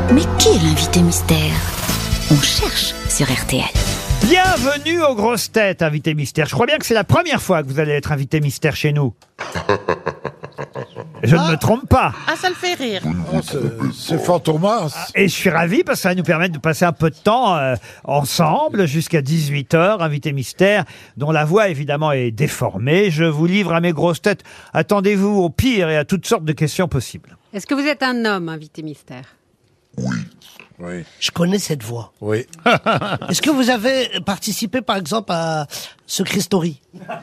Mais qui est l'invité mystère? On cherche sur RTL. Bienvenue aux grosses têtes, invité mystère. Je crois bien que c'est la première fois que vous allez être invité mystère chez nous. Je ne me trompe pas. Ah, ça le fait rire. C'est Fantomas. Et je suis ravi parce que ça va nous permettre de passer un peu de temps ensemble jusqu'à 18h. Invité mystère, dont la voix évidemment est déformée. Je vous livre à mes grosses têtes. Attendez-vous au pire et à toutes sortes de questions possibles. Est-ce que vous êtes un homme, invité mystère? Oui. Je connais cette voix. Oui. Est-ce que vous avez participé, par exemple, à Secret Story?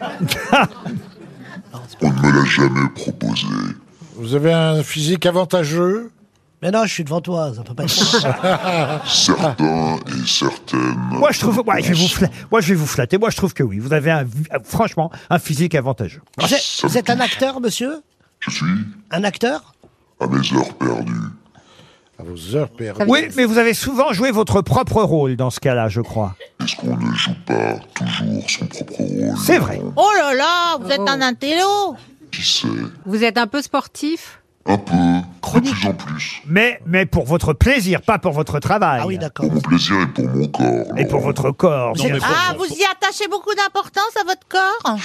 On ne me l'a jamais proposé. Vous avez un physique avantageux. Mais non, je suis devant toi, ça peut pas être. Certains et certaines. Moi, je trouve, je vais vous flatter. Moi, je trouve que oui. Vous avez franchement un physique avantageux. Vous êtes un acteur, monsieur? Je suis Un acteur? à mes heures perdues. À vos heures perdues. Oui, mais vous avez souvent joué votre propre rôle dans ce cas-là, je crois. Est-ce qu'on ne joue pas toujours son propre rôle? C'est vrai. Oh là là, vous êtes un intello. Qui sait? Vous êtes un peu sportif? Un peu. De plus en plus. Mais pour votre plaisir, pas pour votre travail. Ah oui, d'accord. Pour mon plaisir et pour mon corps. Et pour votre corps. bien sûr. Ah, vous y attachez beaucoup d'importance à votre corps?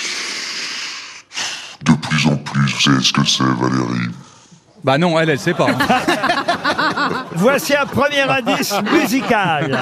De plus en plus. Vous savez ce que c'est, Valérie? Bah non, elle sait pas. Voici un premier indice musical.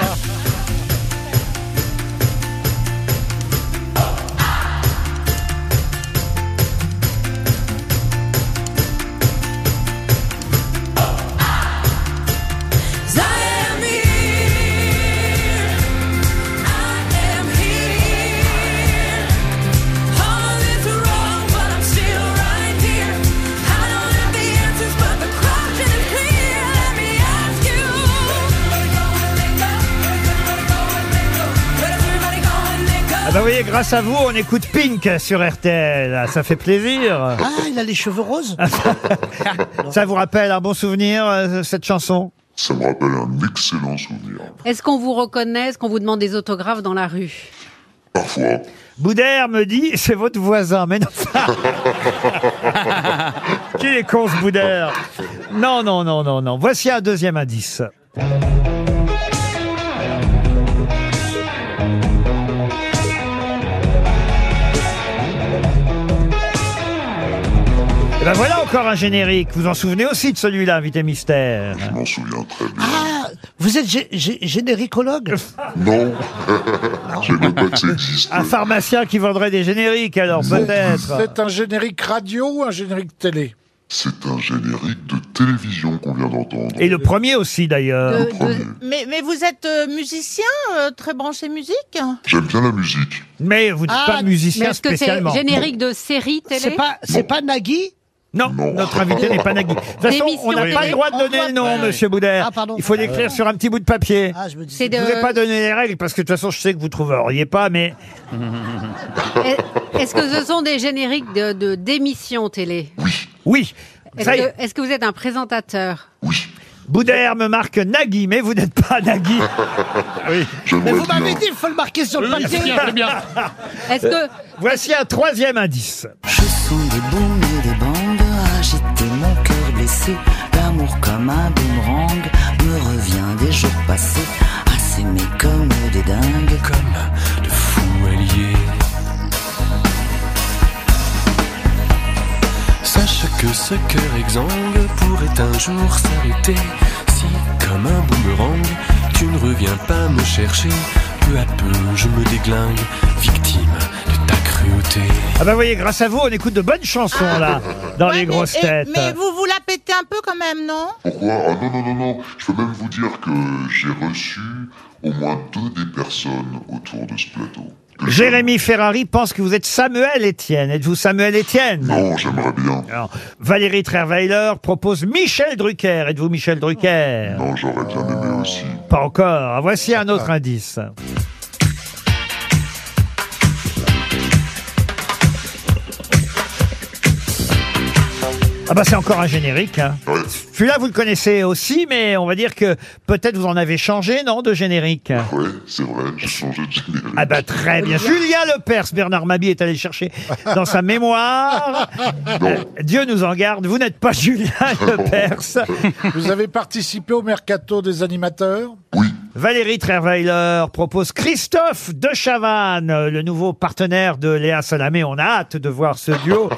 Ah bah vous voyez, grâce à vous, on écoute Pink sur RTL. Ça fait plaisir. Ah, il a les cheveux roses? Ça vous rappelle un bon souvenir, cette chanson? Ça me rappelle un excellent souvenir. Est-ce qu'on vous reconnaît? Est-ce qu'on vous demande des autographes dans la rue? Parfois. Boudère me dit, c'est votre voisin. Mais non. Qui est con, ce Boudère? Non. Voici un deuxième indice. Et ben voilà encore un générique. Vous en souvenez aussi de celui-là, invité mystère? Je m'en souviens très bien. Ah, vous êtes généricologue? Non. Je ne pas que ça existe. Un pharmacien qui vendrait des génériques, alors peut-être. C'est un générique radio ou un générique télé? C'est un générique de télévision qu'on vient d'entendre. Et le premier aussi, d'ailleurs. Mais vous êtes musicien, très branché musique? J'aime bien la musique. Mais vous n'êtes pas Mais musicien est-ce que c'est spécialement. générique de série télé? C'est pas Nagui? Non, notre invité n'est pas Nagui. De toute façon, D'émission on n'a pas télé. le droit de donner le nom, monsieur Boudère. Ah, pardon. Il faut l'écrire sur un petit bout de papier. Ah, je me dis. C'est Je ne vais pas donner les règles parce que de toute façon, je sais que vous ne trouveriez pas, mais Est-ce que ce sont des génériques d'émissions télé? oui. Ça y est. Est-ce que vous êtes un présentateur? Oui. Boudère me marque Nagui, mais vous n'êtes pas Nagui. Mais J'aimerais vous m'avez bien. dit, il faut le marquer sur le papier. Est-ce que Voici un troisième indice. Je sens des booms et des bangs agiter mon cœur blessé. L'amour comme un boomerang me revient des jours passés. À s'aimer comme des dingues, comme de fous alliés. Sache que ce cœur exsangue pourrait un jour s'arrêter. Si, comme un boomerang, tu ne reviens pas me chercher. Peu à peu, je me déglingue, victime de ta cruauté. Ah bah vous voyez, grâce à vous, on écoute de bonnes chansons là, dans Ouais, les grosses têtes. Mais vous la pétez un peu quand même, non? Pourquoi? Ah non. Je peux même vous dire que j'ai reçu au moins 2 des personnes autour de ce plateau. Que Jérémy Ferrari pense que vous êtes Samuel Etienne. Êtes-vous Samuel Etienne? Non, j'aimerais bien. Alors, Valérie Trierweiler propose Michel Drucker. Êtes-vous Michel Drucker? Non, j'aurais bien aimé aussi. Pas encore. Voici un autre indice. Ah bah c'est encore un générique. Hein. Ouais. Celui-là, vous le connaissez aussi, mais on va dire que peut-être vous en avez changé, non, de générique? Ouais, c'est vrai, j'ai changé de générique. Ah bah très bien. Julien Lepers, Bernard Mabie est allé chercher dans sa mémoire. Dieu nous en garde, vous n'êtes pas Julien Lepers. Vous avez participé au mercato des animateurs? Oui, Valérie Trierweiler propose Christophe de Chavannes, le nouveau partenaire de Léa Salamé. On a hâte de voir ce duo.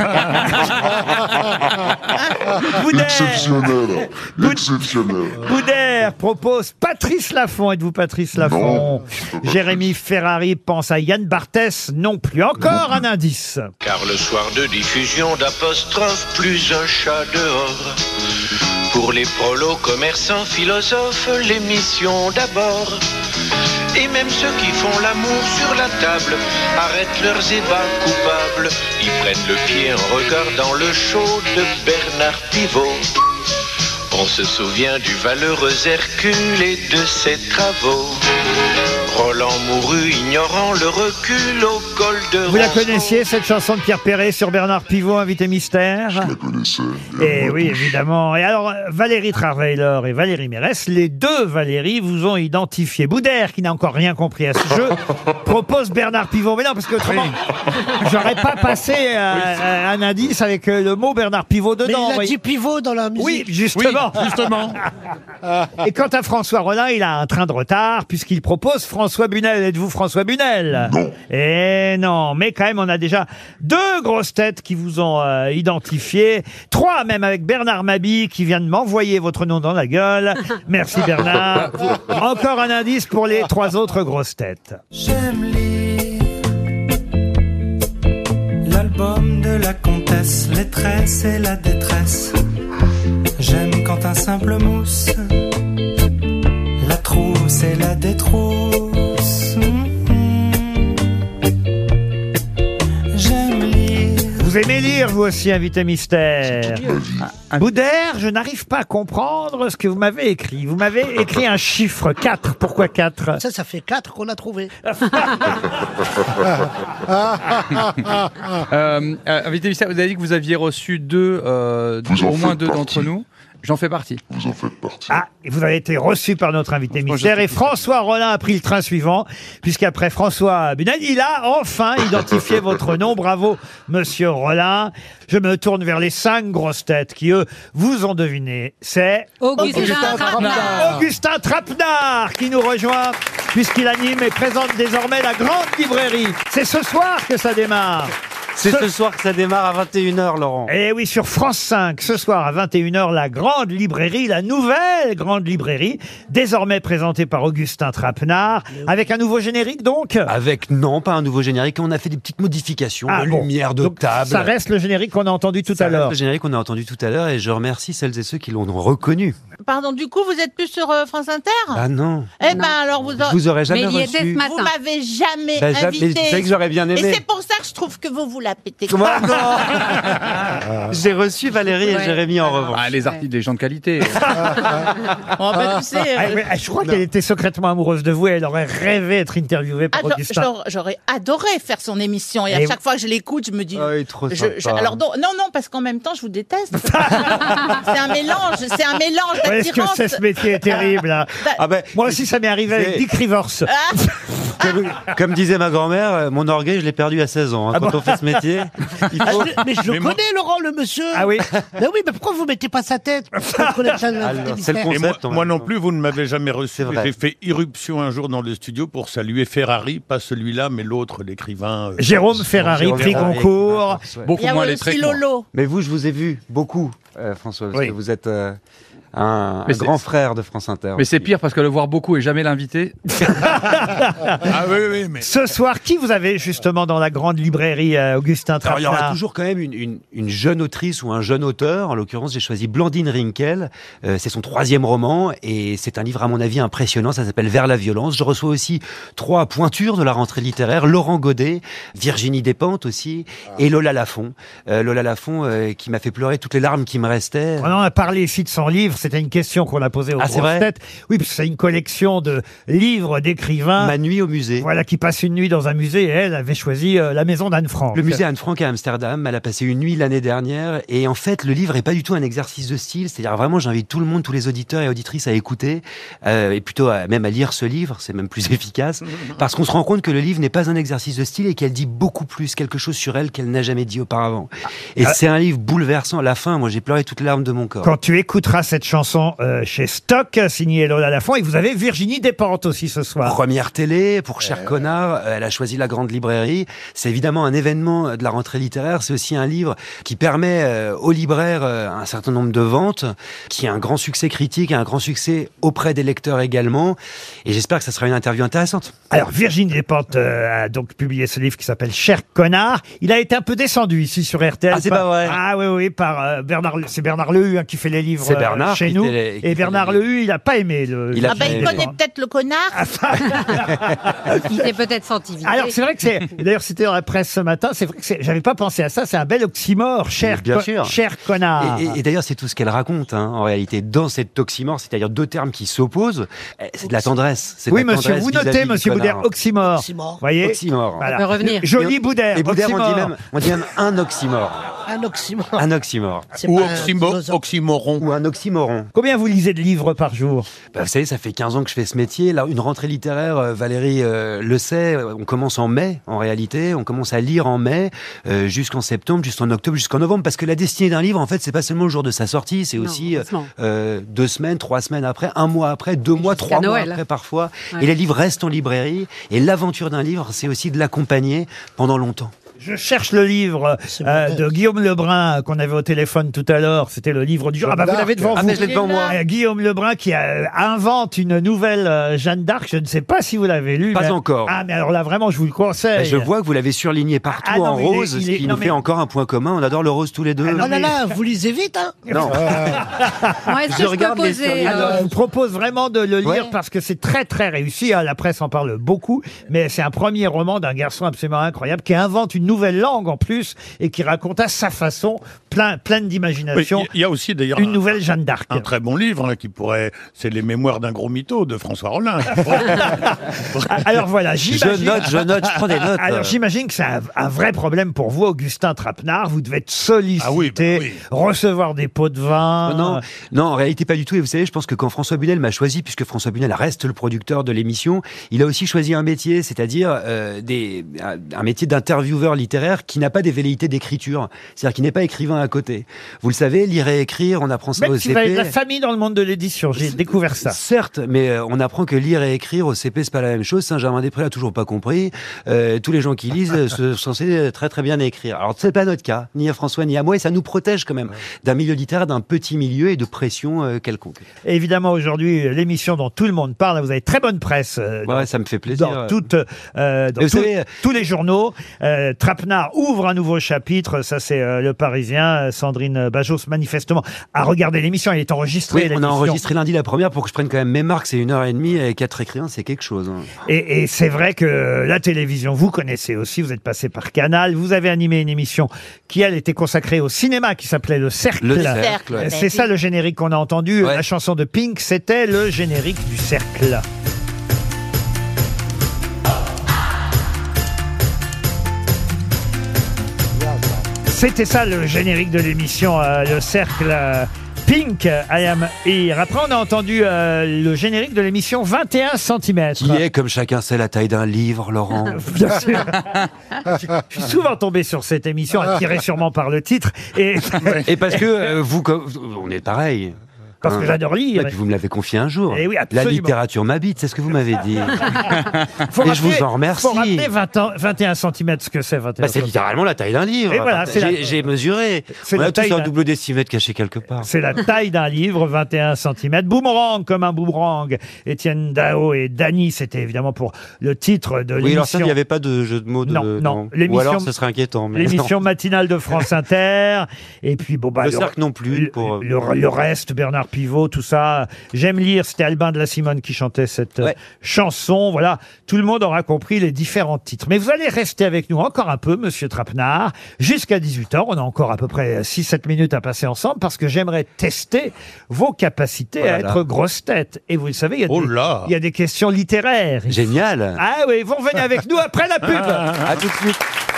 exceptionnel. Exceptionnel. Boudère propose Patrice Laffont. Êtes-vous Patrice Laffont? Non. Jérémy Ferrari pense à Yann Barthès. Non plus. Encore un indice. Car le soir de diffusion d'apostrophe, plus un chat dehors. Pour les prolos, commerçants, philosophes, l'émission d'abord. Et même ceux qui font l'amour sur la table arrêtent leurs ébats coupables. Ils prennent le pied en regardant le show de Bernard Pivot. On se souvient du valeureux Hercule et de ses travaux. Roland mourut ignorant le recul au col de Vous la Ronceau. connaissiez, cette chanson de Pierre Perret sur Bernard Pivot, invité mystère? Je la connaissais. Et oui, évidemment. Et alors, Valérie Trierweiler et Valérie Mérès, les deux Valérie vous ont identifié. Boudère, qui n'a encore rien compris à ce jeu, propose Bernard Pivot. Mais non, parce que autrement, j'aurais pas passé un indice avec le mot Bernard Pivot Mais dedans. il a voyez. dit pivot dans la musique. Oui, justement. Justement. Et quant à François Rollin, il a un train de retard puisqu'il propose François Bunel. Êtes-vous François Bunel? Non. Eh non, mais quand même, on a déjà 2 grosses têtes qui vous ont identifié. 3 même avec Bernard Mabie qui vient de m'envoyer votre nom dans la gueule. Merci Bernard. Encore un indice pour les 3 autres grosses têtes. J'aime lire l'album de la comtesse, les tresses et la détresse. J'aime quand un simple mousse, la trousse et la détrousse. J'aime lire. Vous aimez lire, vous aussi, invité mystère. Boudère, je n'arrive pas à comprendre ce que vous m'avez écrit. Vous m'avez écrit un chiffre, 4. Pourquoi 4? Ça fait 4 qu'on a trouvé. Invité mystère, vous avez dit que vous aviez reçu au moins deux d'entre nous. J'en fais partie. Vous en faites partie. Ah, et vous avez été reçu par notre invité mystère et François Rollin a pris le train suivant, puisqu'après François Bunel, il a enfin identifié votre nom. Bravo, monsieur Rollin. Je me tourne vers les 5 grosses têtes qui, eux, vous ont deviné. C'est Augustin Trapenard. Augustin Trapenard qui nous rejoint, puisqu'il anime et présente désormais la Grande Librairie. C'est ce soir que ça démarre. C'est ce soir que ça démarre à 21h, Laurent. Et oui, sur France 5, ce soir à 21h, la Grande Librairie, la nouvelle Grande Librairie, désormais présentée par Augustin Trapenard, avec un nouveau générique donc. Avec, non, pas un nouveau générique, on a fait des petites modifications, de lumière, de Donc, table. ça reste le générique qu'on a entendu tout à l'heure. Le générique qu'on a entendu tout à l'heure et je remercie celles et ceux qui l'ont reconnu. Pardon, du coup, vous êtes plus sur France Inter? Ah non. Eh ben alors vous vous aurez jamais reçu. Vous m'avez jamais Bah, invité. mais c'est que j'aurais bien aimé. Et c'est pour ça que je trouve que vous la pétez. Moi, non. J'ai reçu Valérie et Jérémy en revanche. Ah, les artistes, des gens de qualité. Oh, bah, tu sais, Je crois qu'elle était secrètement amoureuse de vous et elle aurait rêvé d'être interviewée par Augustin. J'aurais adoré faire son émission et à chaque fois que je l'écoute, je me dis. il est trop sympa. Alors non, parce qu'en même temps, je vous déteste. c'est un mélange Est-ce que d'attirance. c'est ce métier terrible là Moi aussi, ça m'est arrivé avec Dick Rivers. Comme disait ma grand-mère, mon orgueil, je l'ai perdu à 16 ans. Quand on fait ce métier, il faut... Mais je le connais, Laurent, le monsieur. Ah oui. Mais oui, mais pourquoi vous mettez pas sa tête? C'est le concept. Moi non plus, vous ne m'avez jamais reçu. vrai. J'ai fait irruption un jour dans le studio pour saluer Ferrari, pas celui-là, mais l'autre, l'écrivain. Jérôme Ferrari, prix Goncourt. Beaucoup Il y a moins les aussi traits. Lolo. Mais vous, je vous ai vu beaucoup, François, parce Oui. que vous êtes un Mais grand frère de France Inter. Mais c'est pire parce que le voir beaucoup et jamais l'inviter. Ah oui, mais. Ce soir, qui vous avez justement dans la Grande Librairie, Augustin Alors, il y aura Trapenard? toujours quand même une jeune autrice ou un jeune auteur. En l'occurrence, j'ai choisi Blandine Rinkel. C'est son 3e roman et c'est un livre, à mon avis, impressionnant. Ça s'appelle Vers la violence. Je reçois aussi 3 pointures de la rentrée littéraire. Laurent Godet, Virginie Despentes aussi et Lola Lafont. Lola Lafont qui m'a fait pleurer toutes les larmes qui me restaient. On en a parlé ici de son livre, c'était une question qu'on a posée aux Ah, c'est grosses vrai têtes. Oui, parce que c'est une collection de livres d'écrivains. Ma nuit au musée. Voilà, qui passe une nuit dans un musée et elle avait choisi la maison d'Anne Frank. Le musée Anne Frank à Amsterdam, elle a passé une nuit l'année dernière et en fait le livre est pas du tout un exercice de style, c'est-à-dire vraiment j'invite tout le monde, tous les auditeurs et auditrices à écouter et plutôt même à lire ce livre, c'est même plus efficace parce qu'on se rend compte que le livre n'est pas un exercice de style et qu'elle dit beaucoup plus quelque chose sur elle qu'elle n'a jamais dit auparavant. Et c'est un livre bouleversant. À la fin, moi j'ai pleuré toutes les larmes de mon corps. Quand tu écouteras cette chanson chez Stock, signée Lola Lafont, et vous avez Virginie Despentes aussi ce soir. Première télé pour Cher Connard, elle a choisi la grande librairie. C'est évidemment un événement de la rentrée littéraire, c'est aussi un livre qui permet aux libraires un certain nombre de ventes, qui a un grand succès critique, un grand succès auprès des lecteurs également, et j'espère que ça sera une interview intéressante. Alors Virginie Despentes a donc publié ce livre qui s'appelle Cher Connard. Il a été un peu descendu ici sur RTL. Ah, c'est pas vrai. Ah oui, par Bernard. C'est Bernard Lehu qui fait les livres C'est Bernard chez qui nous. fait les- Et Bernard Lehu, il a pas aimé le. Il connaît peut-être le connard. Il s'est peut-être senti visé. Alors c'est vrai que c'est. D'ailleurs c'était dans la presse ce matin. C'est vrai que j'avais pas pensé à ça. C'est un bel oxymore, cher connard. Et d'ailleurs, c'est tout ce qu'elle raconte, en réalité, dans cette oxymore, c'est-à-dire deux termes qui s'opposent. C'est de la tendresse. C'est de Oui, la monsieur, tendresse vous vis-à-vis notez, du monsieur connard. Boudère, oxymore. Voyez. Oxymore. Voilà. On peut revenir. Joli Boudère. Et Boudère, on oxymore. dit même un oxymore. Un oxymore. Un oxymore. C'est Ou pas un oxymoron. Ou un oxymoron. Combien vous lisez de livres par jour? Vous savez, ça fait 15 ans que je fais ce métier. Là, une rentrée littéraire, Valérie le sait, on commence en mai, en réalité. On commence à lire en mai, jusqu'en septembre, jusqu'en octobre, jusqu'en novembre. Parce que la destinée d'un livre, en fait, c'est pas seulement le jour de sa sortie, c'est aussi 2 semaines, 3 semaines après, 1 mois après, 2 mois, 3 mois Noël. après parfois. Ouais. Et les livres restent en librairie. Et l'aventure d'un livre, c'est aussi de l'accompagner pendant longtemps. Je cherche le livre de Guillaume Lebrun qu'on avait au téléphone tout à l'heure. C'était le livre du jour. Ah bah vous l'avez devant vous. mais je l'ai devant moi. Guillaume Lebrun qui invente une nouvelle Jeanne d'Arc. Je ne sais pas si vous l'avez lu. Pas encore. Ah mais alors là vraiment je vous le conseille. Je vois que vous l'avez surligné partout Ah non, en mais il est- rose, il ce est- qui non, nous mais- fait encore un point commun. On adore le rose tous les deux. Ah non, Oh là là, vous lisez vite, hein. Non. Bon, est-ce que je regarde peux les poser stories. Alors, je vous propose vraiment de le lire Ouais. parce que c'est très très réussi. La presse en parle beaucoup, mais c'est un premier roman d'un garçon absolument incroyable qui invente une nouvelle langue en plus et qui raconte à sa façon, pleine d'imagination, Oui, il y a aussi d'ailleurs une nouvelle Jeanne d'Arc. un très bon livre qui pourrait, c'est Les Mémoires d'un gros mytho de François Rollin. Alors voilà, j'imagine. Je note, je prends des notes. Alors j'imagine que c'est un vrai problème pour vous, Augustin Trapenard. Vous devez être sollicité, Ah oui, bah oui. recevoir des pots de vin. Non, en réalité pas du tout. Et vous savez, je pense que quand François Bunel m'a choisi, puisque François Bunel reste le producteur de l'émission, il a aussi choisi un métier, c'est-à-dire un métier d'intervieweur littéraire qui n'a pas des velléités d'écriture, c'est-à-dire qui n'est pas écrivain à côté. Vous le savez, lire et écrire, on apprend ça Même au si vous avez de CP. la famille dans le monde de l'édition, j'ai découvert ça. Certes, mais on apprend que lire et écrire au CP, c'est pas la même chose. Saint-Germain-des-Prés a toujours pas compris. Tous les gens qui lisent sont censés très très bien écrire. Alors c'est pas notre cas, ni à François ni à moi, et ça nous protège quand même d'un milieu littéraire, d'un petit milieu et de pression quelconque. Et évidemment, aujourd'hui, l'émission dont tout le monde parle, vous avez très bonne presse. Ouais, ça me fait plaisir. Dans vous savez, tous les journaux. Trapenard ouvre un nouveau chapitre, ça c'est Le Parisien. Sandrine Bajos, manifestement, a regardé l'émission, elle est enregistrée. Oui, on a l'émission. enregistré lundi la première pour que je prenne quand même mes marques, c'est 1h30 et 4 écrivains, c'est quelque chose. Et c'est vrai que la télévision, vous connaissez aussi, vous êtes passé par Canal, vous avez animé une émission qui, elle, était consacrée au cinéma, qui s'appelait Le Cercle. Le Cercle, ouais. C'est ça le générique qu'on a entendu. Ouais. La chanson de Pink, c'était le générique du Cercle. C'était ça le générique de l'émission Le Cercle. Pink, I Am Here. Après, on a entendu le générique de l'émission 21 cm. Qui est, comme chacun sait, la taille d'un livre, Laurent. Bien sûr. Je suis souvent tombé sur cette émission, attiré sûrement par le titre. Et parce que on est pareil. Parce que j'adore lire. Et puis vous me l'avez confié un jour. Eh oui, la absolument. littérature m'habite, c'est ce que vous m'avez dit. je vous en remercie. Il faut rappeler 21 cm ce que c'est 21 c'est littéralement la taille d'un livre. Et voilà, J'ai mesuré. c'est On la a tous taille un d'un- double décimètre caché quelque part. C'est la taille d'un livre, 21 cm. Boomerang comme un boomerang. Étienne Dao et Dany, c'était évidemment pour le titre de l'émission. Oui, alors ça, il n'y avait pas de jeu de mots. Non. Ou alors, ce serait inquiétant. Mais L'émission matinale de France Inter. Et puis, bon, bah, Le cercle non plus. le reste, Bernard pivot, tout ça. J'aime lire, c'était Albin de la Simone qui chantait cette chanson. Voilà, tout le monde aura compris les différents titres. Mais vous allez rester avec nous encore un peu, Monsieur Trapenard, jusqu'à 18h. On a encore à peu près 6-7 minutes à passer ensemble parce que j'aimerais tester vos capacités à être grosse tête. Et vous le savez, il y a des questions littéraires. Génial. Ah oui, vous revenez avec nous après la pub. À tout de suite.